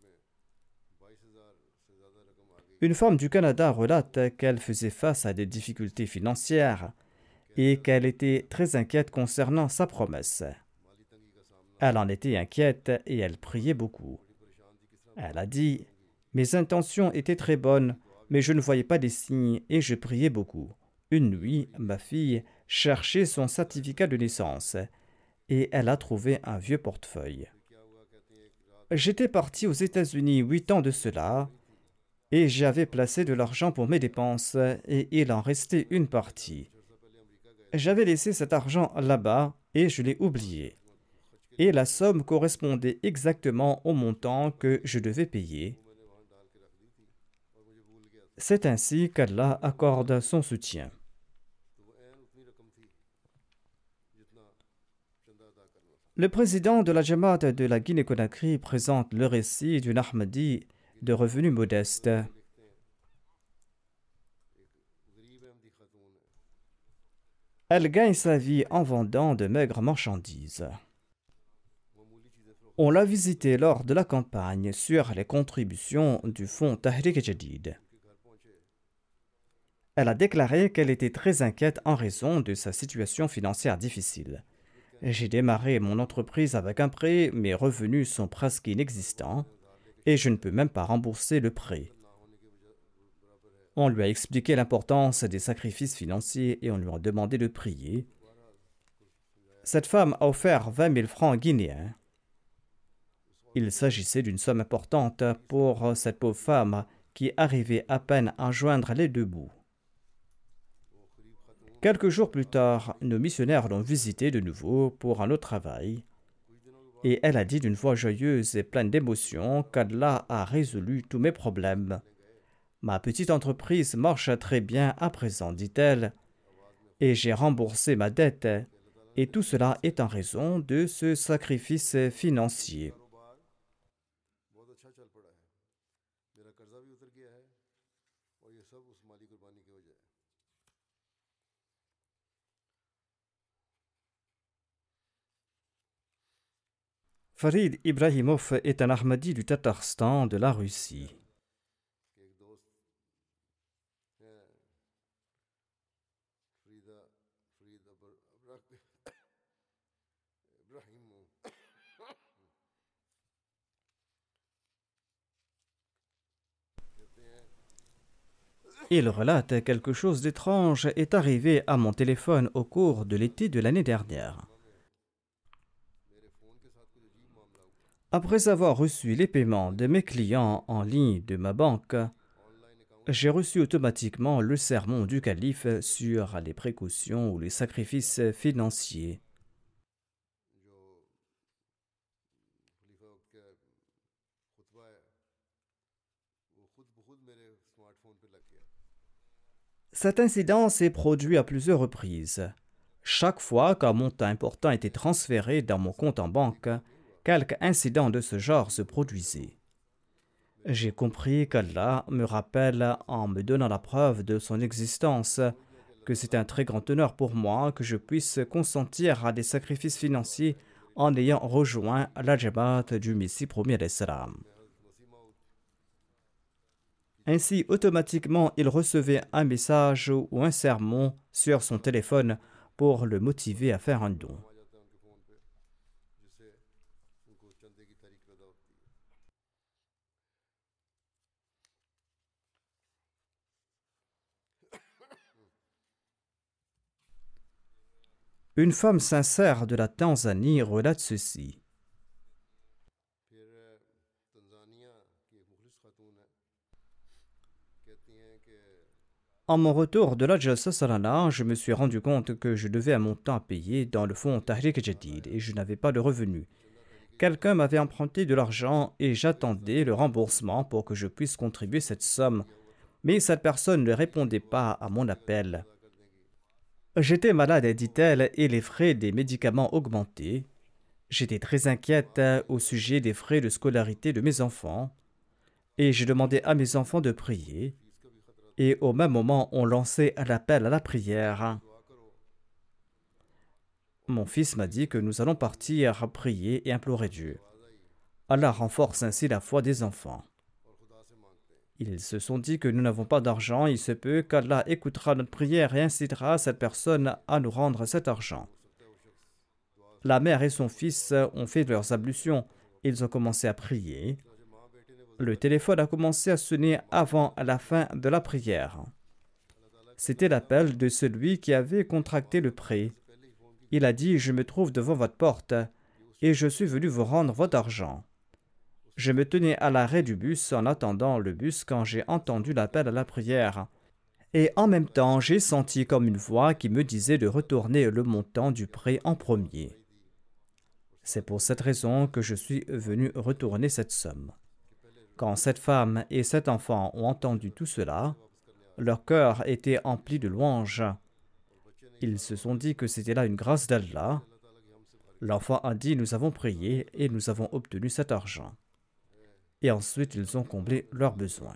Une femme du Canada relate qu'elle faisait face à des difficultés financières et qu'elle était très inquiète concernant sa promesse. Elle en était inquiète et elle priait beaucoup. Elle a dit « Mes intentions étaient très bonnes, mais je ne voyais pas des signes et je priais beaucoup. Une nuit, ma fille cherchait son certificat de naissance et elle a trouvé un vieux portefeuille. J'étais parti aux États-Unis 8 ans de cela, et j'avais placé de l'argent pour mes dépenses et il en restait une partie. J'avais laissé cet argent là-bas et je l'ai oublié. Et la somme correspondait exactement au montant que je devais payer. C'est ainsi qu'Allah accorde son soutien. Le président de la Jamaat de la Guinée-Conakry présente le récit d'une Ahmadi de revenus modestes. Elle gagne sa vie en vendant de maigres marchandises. On l'a visitée lors de la campagne sur les contributions du fonds Tahrik Jadid. Elle a déclaré qu'elle était très inquiète en raison de sa situation financière difficile. J'ai démarré mon entreprise avec un prêt, mes revenus sont presque inexistants et je ne peux même pas rembourser le prêt. On lui a expliqué l'importance des sacrifices financiers et on lui a demandé de prier. Cette femme a offert 20 000 francs guinéens. Il s'agissait d'une somme importante pour cette pauvre femme qui arrivait à peine à joindre les deux bouts. Quelques jours plus tard, nos missionnaires l'ont visitée de nouveau pour un autre travail et elle a dit d'une voix joyeuse et pleine d'émotion qu'Allah a résolu tous mes problèmes. Ma petite entreprise marche très bien à présent, dit-elle, et j'ai remboursé ma dette, et tout cela est en raison de ce sacrifice financier. Farid Ibrahimov est un Ahmadi du Tatarstan de la Russie. Il relate quelque chose d'étrange est arrivé à mon téléphone au cours de l'été de l'année dernière. Après avoir reçu les paiements de mes clients en ligne de ma banque, j'ai reçu automatiquement le sermon du calife sur les précautions ou les sacrifices financiers. Cet incident s'est produit à plusieurs reprises. Chaque fois qu'un montant important était transféré dans mon compte en banque, quelque incident de ce genre se produisait. J'ai compris qu'Allah me rappelle en me donnant la preuve de son existence, que c'est un très grand honneur pour moi que je puisse consentir à des sacrifices financiers en ayant rejoint la Jamaat du Messie premier d'Islam. Ainsi, automatiquement, il recevait un message ou un sermon sur son téléphone pour le motiver à faire un don. Une femme sincère de la Tanzanie relate ceci. En mon retour de l'Hajj Salana, je me suis rendu compte que je devais un montant à payer dans le fonds Tahrik Jadid et je n'avais pas de revenus. Quelqu'un m'avait emprunté de l'argent et j'attendais le remboursement pour que je puisse contribuer cette somme, mais cette personne ne répondait pas à mon appel. J'étais malade, dit-elle, et les frais des médicaments augmentaient. J'étais très inquiète au sujet des frais de scolarité de mes enfants, et j'ai demandé à mes enfants de prier, et au même moment on lançait l'appel à la prière. Mon fils m'a dit que nous allons partir prier et implorer Dieu. Allah renforce ainsi la foi des enfants. Ils se sont dit que nous n'avons pas d'argent, il se peut qu'Allah écoutera notre prière et incitera cette personne à nous rendre cet argent. La mère et son fils ont fait leurs ablutions, ils ont commencé à prier. Le téléphone a commencé à sonner avant la fin de la prière. C'était l'appel de celui qui avait contracté le prêt. Il a dit « Je me trouve devant votre porte et je suis venu vous rendre votre argent. » Je me tenais à l'arrêt du bus en attendant le bus quand j'ai entendu l'appel à la prière. Et en même temps, j'ai senti comme une voix qui me disait de retourner le montant du prêt en premier. C'est pour cette raison que je suis venu retourner cette somme. Quand cette femme et cet enfant ont entendu tout cela, leur cœur était empli de louanges. Ils se sont dit que c'était là une grâce d'Allah. L'enfant a dit « Nous avons prié et nous avons obtenu cet argent. » Et ensuite, ils ont comblé leurs besoins.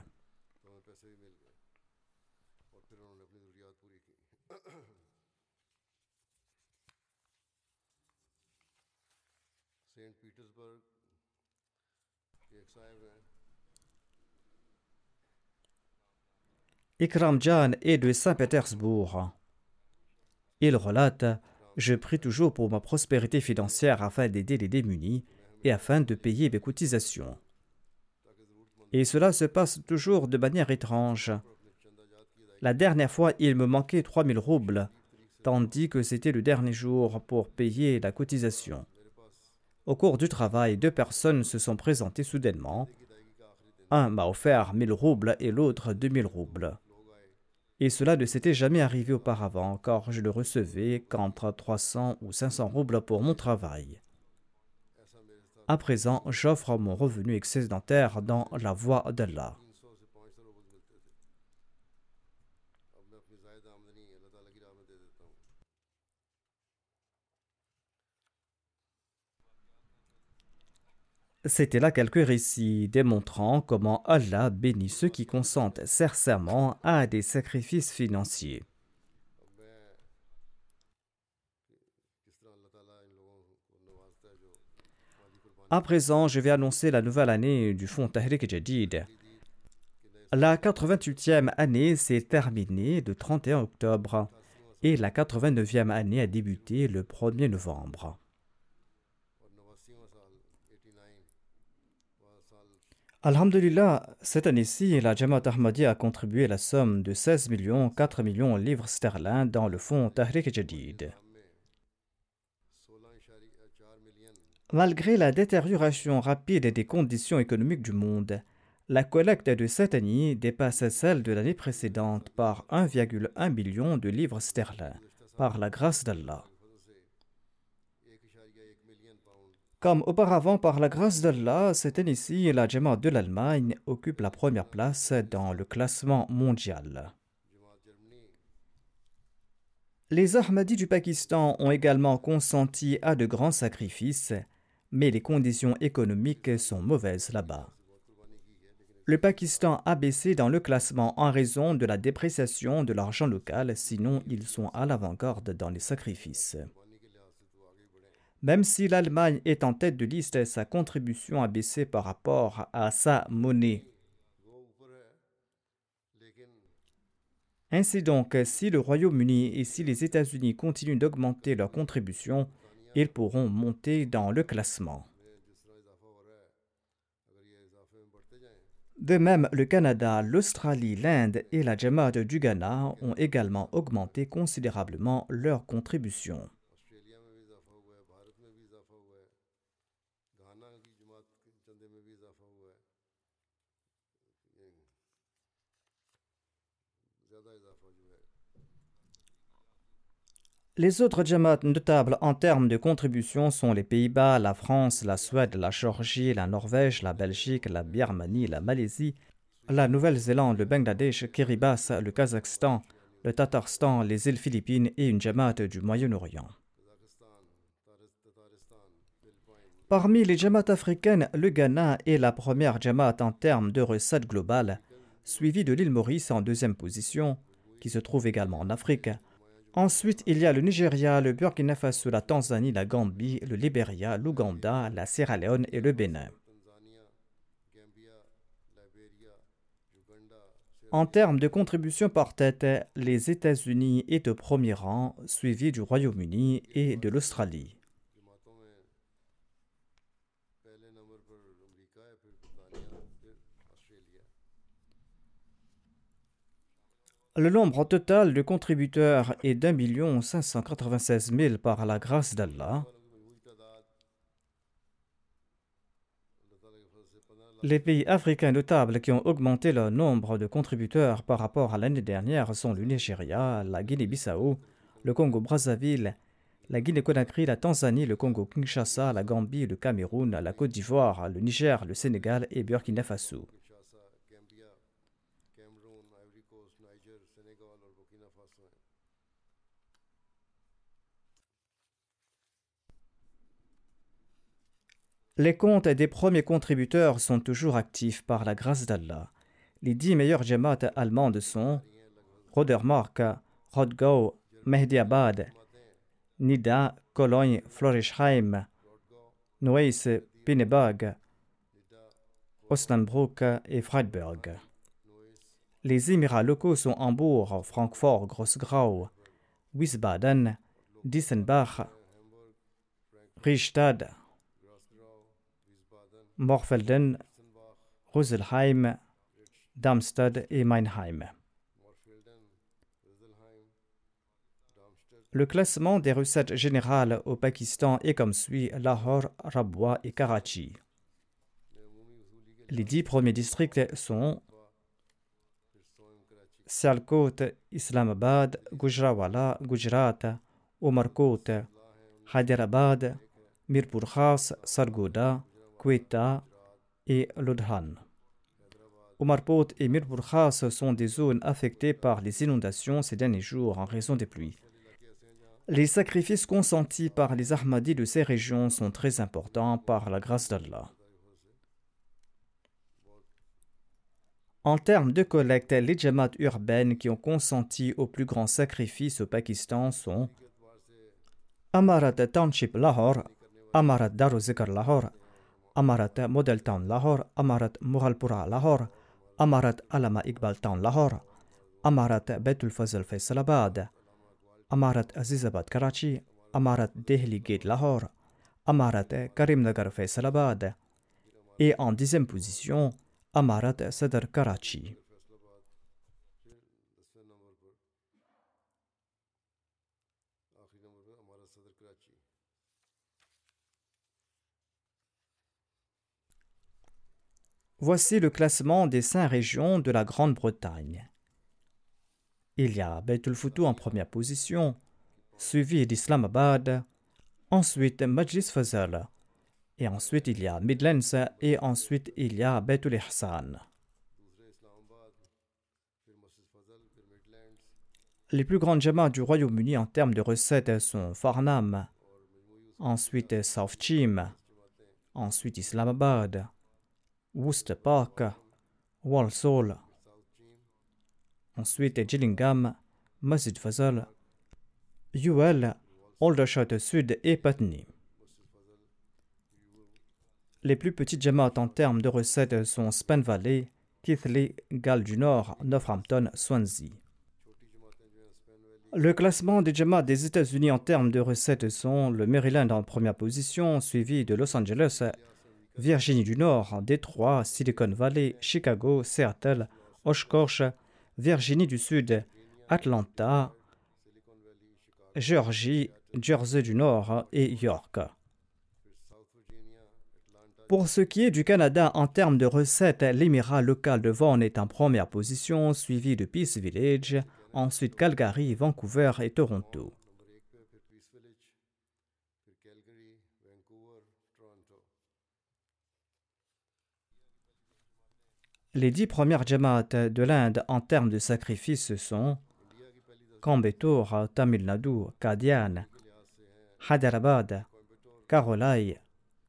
Ikram Jan est de Saint-Pétersbourg. Il relate « Je prie toujours pour ma prospérité financière afin d'aider les démunis et afin de payer mes cotisations. Et cela se passe toujours de manière étrange. La dernière fois, il me manquait 3000 roubles, tandis que c'était le dernier jour pour payer la cotisation. Au cours du travail, 2 personnes se sont présentées soudainement. Un m'a offert 1000 roubles et l'autre 2000 roubles. Et cela ne s'était jamais arrivé auparavant, car je ne recevais qu'entre 300 ou 500 roubles pour mon travail. À présent, j'offre mon revenu excédentaire dans la voie d'Allah. C'était là quelques récits démontrant comment Allah bénit ceux qui consentent sincèrement à des sacrifices financiers. À présent, je vais annoncer la nouvelle année du fonds Tahrik Jadid. La 88e année s'est terminée le 31 octobre et la 89e année a débuté le 1er novembre. Alhamdulillah, cette année-ci, la Jamaat Ahmadiyya a contribué la somme de 16 4 millions de livres sterling dans le fonds Tahrik Jadid. Malgré la détérioration rapide des conditions économiques du monde, la collecte de cette année dépasse celle de l'année précédente par 1,1 million de livres sterling, par la grâce d'Allah. Comme auparavant, par la grâce d'Allah, cette année-ci, la Jamaat de l'Allemagne occupe la première place dans le classement mondial. Les Ahmadis du Pakistan ont également consenti à de grands sacrifices, mais les conditions économiques sont mauvaises là-bas. Le Pakistan a baissé dans le classement en raison de la dépréciation de l'argent local, sinon ils sont à l'avant-garde dans les sacrifices. Même si l'Allemagne est en tête de liste, sa contribution a baissé par rapport à sa monnaie. Ainsi donc, si le Royaume-Uni et si les États-Unis continuent d'augmenter leur contribution, ils pourront monter dans le classement. De même, le Canada, l'Australie, l'Inde et la Jamaat du Ghana ont également augmenté considérablement leur contribution. Les autres Jamaat notables en termes de contribution sont les Pays-Bas, la France, la Suède, la Géorgie, la Norvège, la Belgique, la Birmanie, la Malaisie, la Nouvelle-Zélande, le Bangladesh, Kiribati, le Kazakhstan, le Tatarstan, les îles Philippines et une Jamaat du Moyen-Orient. Parmi les Jamaat africaines, le Ghana est la première Jamaat en termes de recettes globales, suivi de l'île Maurice en deuxième position, qui se trouve également en Afrique. Ensuite, il y a le Nigeria, le Burkina Faso, la Tanzanie, la Gambie, le Libéria, l'Ouganda, la Sierra Leone et le Bénin. En termes de contribution par tête, les États-Unis est au premier rang, suivi du Royaume-Uni et de l'Australie. Le nombre total de contributeurs est d'1 596 000 par la grâce d'Allah. Les pays africains notables qui ont augmenté leur nombre de contributeurs par rapport à l'année dernière sont le Nigeria, la Guinée-Bissau, le Congo-Brazzaville, la Guinée-Conakry, la Tanzanie, le Congo-Kinshasa, la Gambie, le Cameroun, la Côte d'Ivoire, le Niger, le Sénégal et Burkina Faso. Les comptes des premiers contributeurs sont toujours actifs par la grâce d'Allah. Les 10 meilleures Jamaat allemandes sont Rodermark, Rodgau, Mehdiabad, Nida, Cologne, Florisheim, Neuss, Pinneberg, Osnabrück et Freiburg. Les émirats locaux sont Hambourg, Francfort, Grossgrau, Wiesbaden, Dissenbach, Riestad, Morfelden, Roselheim, Darmstadt et Meinheim. Le classement des recettes générales au Pakistan est comme suit: Lahore, Rabwa et Karachi. Les 10 premiers districts sont Sialkot, Islamabad, Gujranwala, Gujarat, Umarkot, Hyderabad, Mirpur Khas, Sargodha, Quetta et Ludhiana. Umarkot et Mirpur Khas sont des zones affectées par les inondations ces derniers jours en raison des pluies. Les sacrifices consentis par les Ahmadis de ces régions sont très importants par la grâce d'Allah. En termes de collecte, les Jamaat urbaines qui ont consenti au plus grand sacrifice au Pakistan sont Amarat Township Lahore, Amarat Daruzikar Lahore, Amarat Model Town Lahore, Amarat Mughalpura Lahore, Amarat Allama Iqbal Town Lahore, Amarat Baitul Fazl Faisalabad, Amarat Azizabad Karachi, Amarat Delhi Gate Lahore, Amarat Karimnagar Faisalabad et en 10e position, Amarat Sadr Karachi. Voici le classement des 5 régions de la Grande-Bretagne. Il y a Baitul Futu en première position, suivi d'Islamabad, ensuite Majlis Fazal, et ensuite il y a Midlands, et ensuite il y a Baitul Ihsan. Les plus grandes jamas du Royaume-Uni en termes de recettes sont Farnham, ensuite South Cheam, ensuite Islamabad, Worcester Park, Walsall, ensuite Gillingham, Masjid Fazal, Ewell, Aldershot Sud et Putney. Les plus petites jamaats en termes de recettes sont Spen Valley, Keighley, Galles du Nord, Northampton, Swansea. Le classement des jamaats des États-Unis en termes de recettes sont le Maryland en première position, suivi de Los Angeles, Virginie du Nord, Détroit, Silicon Valley, Chicago, Seattle, Oshkosh, Virginie du Sud, Atlanta, Géorgie, Jersey du Nord et York. Pour ce qui est du Canada, en termes de recettes, l'émirat local de Vaughan est en première position, suivi de Peace Village, ensuite Calgary, Vancouver et Toronto. Les 10 premières jamaats de l'Inde en termes de sacrifices sont Coimbatore, Tamil Nadu, Qadian, Hyderabad, Karolai,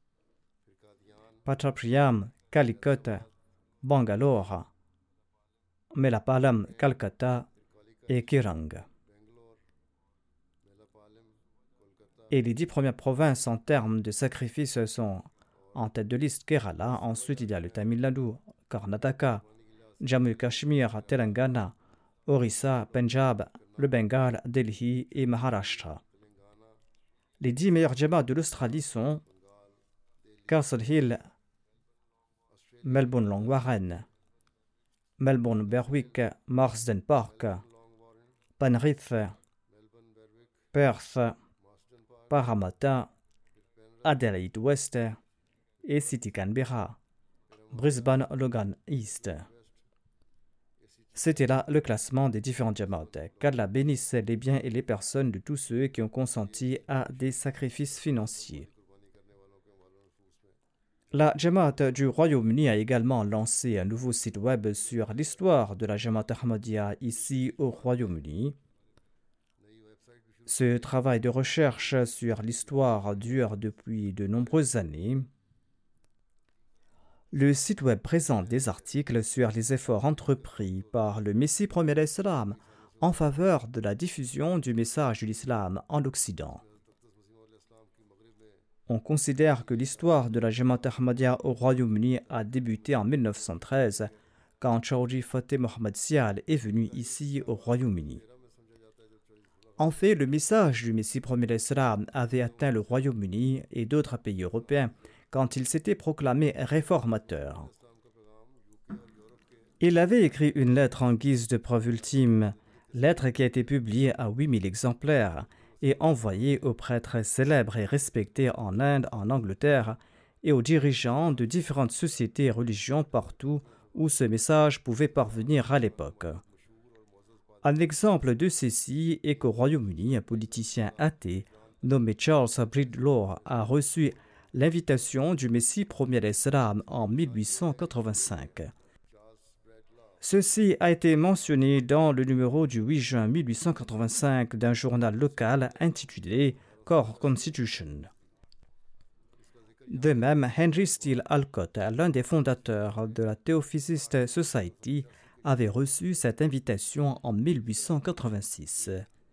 Patrapriyam, Calicut, Bangalore, Melapalam, Calcutta et Kirang. Et les 10 premières provinces en termes de sacrifices sont en tête de liste Kerala, ensuite il y a le Tamil Nadu, Karnataka, Jammu et Kashmir, Telangana, Orissa, Punjab, le Bengale, Delhi et Maharashtra. Les 10 meilleurs jamaats de l'Australie sont Castle Hill, Melbourne Long Warren, Melbourne Berwick, Marsden Park, Penrith, Perth, Parramatta, Adelaide West et City Canberra, Brisbane Logan East. C'était là le classement des différents jamaats. Qu'Allah bénisse les biens et les personnes de tous ceux qui ont consenti à des sacrifices financiers. La Jamaat du Royaume-Uni a également lancé un nouveau site web sur l'histoire de la Jamaat Ahmadiyya ici au Royaume-Uni. Ce travail de recherche sur l'histoire dure depuis de nombreuses années. Le site web présente des articles sur les efforts entrepris par le Messie premier d'Islam en faveur de la diffusion du message de l'islam en Occident. On considère que l'histoire de la Jamaat Ahmadiyya au Royaume-Uni a débuté en 1913, quand Chaudhry Fateh Mohammed Sial est venu ici au Royaume-Uni. En fait, le message du Messie premier d'Islam avait atteint le Royaume-Uni et d'autres pays européens quand il s'était proclamé réformateur. Il avait écrit une lettre en guise de preuve ultime, lettre qui a été publiée à 8000 exemplaires et envoyé aux prêtres célèbres et respectés en Inde, en Angleterre, et aux dirigeants de différentes sociétés et religions partout où ce message pouvait parvenir à l'époque. Un exemple de ceci est qu'au Royaume-Uni, un politicien athée nommé Charles Bridlaw a reçu l'invitation du Messie premier d'Islam en 1885. Ceci a été mentionné dans le numéro du 8 juin 1885 d'un journal local intitulé Core Constitution. De même, Henry Steele Alcott, l'un des fondateurs de la Theophysist Society, avait reçu cette invitation en 1886.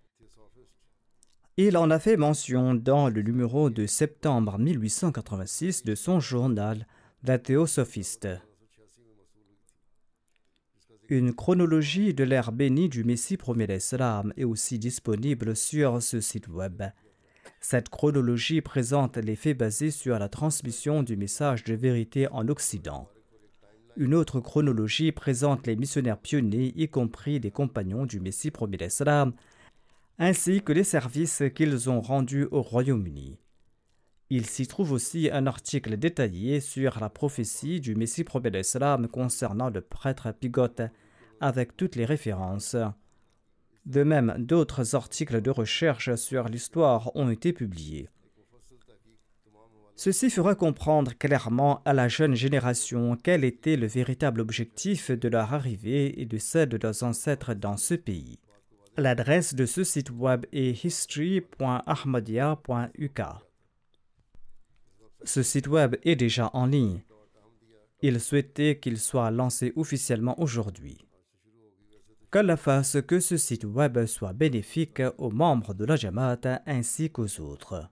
Il en a fait mention dans le numéro de septembre 1886 de son journal The Theosophist. Une chronologie de l'ère bénie du Messie premier d'Islam est aussi disponible sur ce site web. Cette chronologie présente les faits basés sur la transmission du message de vérité en Occident. Une autre chronologie présente les missionnaires pionniers, y compris des compagnons du Messie premier d'Islam, ainsi que les services qu'ils ont rendus au Royaume-Uni. Il s'y trouve aussi un article détaillé sur la prophétie du Messie premier d'Islam concernant le prêtre Pigot, avec toutes les références. De même, d'autres articles de recherche sur l'histoire ont été publiés. Ceci fera comprendre clairement à la jeune génération quel était le véritable objectif de leur arrivée et de celle de leurs ancêtres dans ce pays. L'adresse de ce site web est history.ahmadiyya.uk. Ce site web est déjà en ligne. Il souhaitait qu'il soit lancé officiellement aujourd'hui. Qu'Allah fasse que ce site web soit bénéfique aux membres de la Jamaat ainsi qu'aux autres.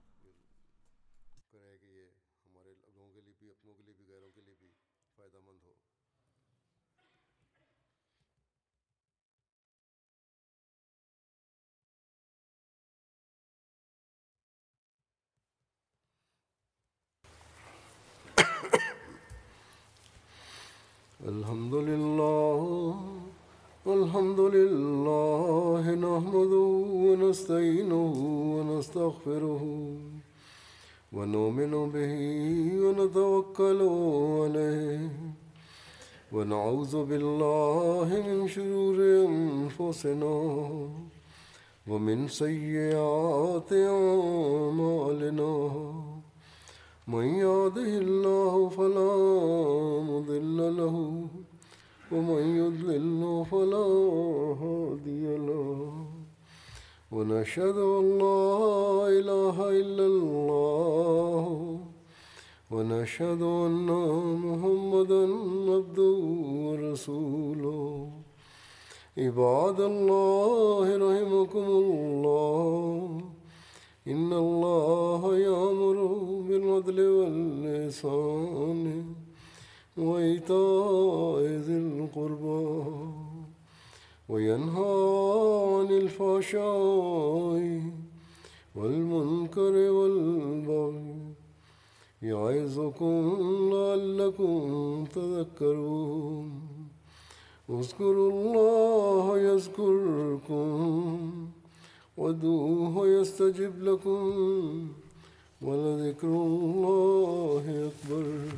الحمد لله نحمده ونستعينه ونستغفره ونؤمن به ونتوكل عليه ونعوذ بالله من شرور أنفسنا ومن سيئات أعمالنا من يهده الله فلا مضل له ومن يضلل فلا هادي له ونشهد أن لا إله إلا الله ونشهد أن محمدا عبده ورسوله عباد الله رحمكم الله إن الله يأمر بالعدل والإحسان وإيتاء ذي القربى وينهى عن الفحشاء والمنكر والبغي يعظكم لعلكم تذكرون اذكروا الله يذكركم وادعوه يستجب لكم ولذكر الله أكبر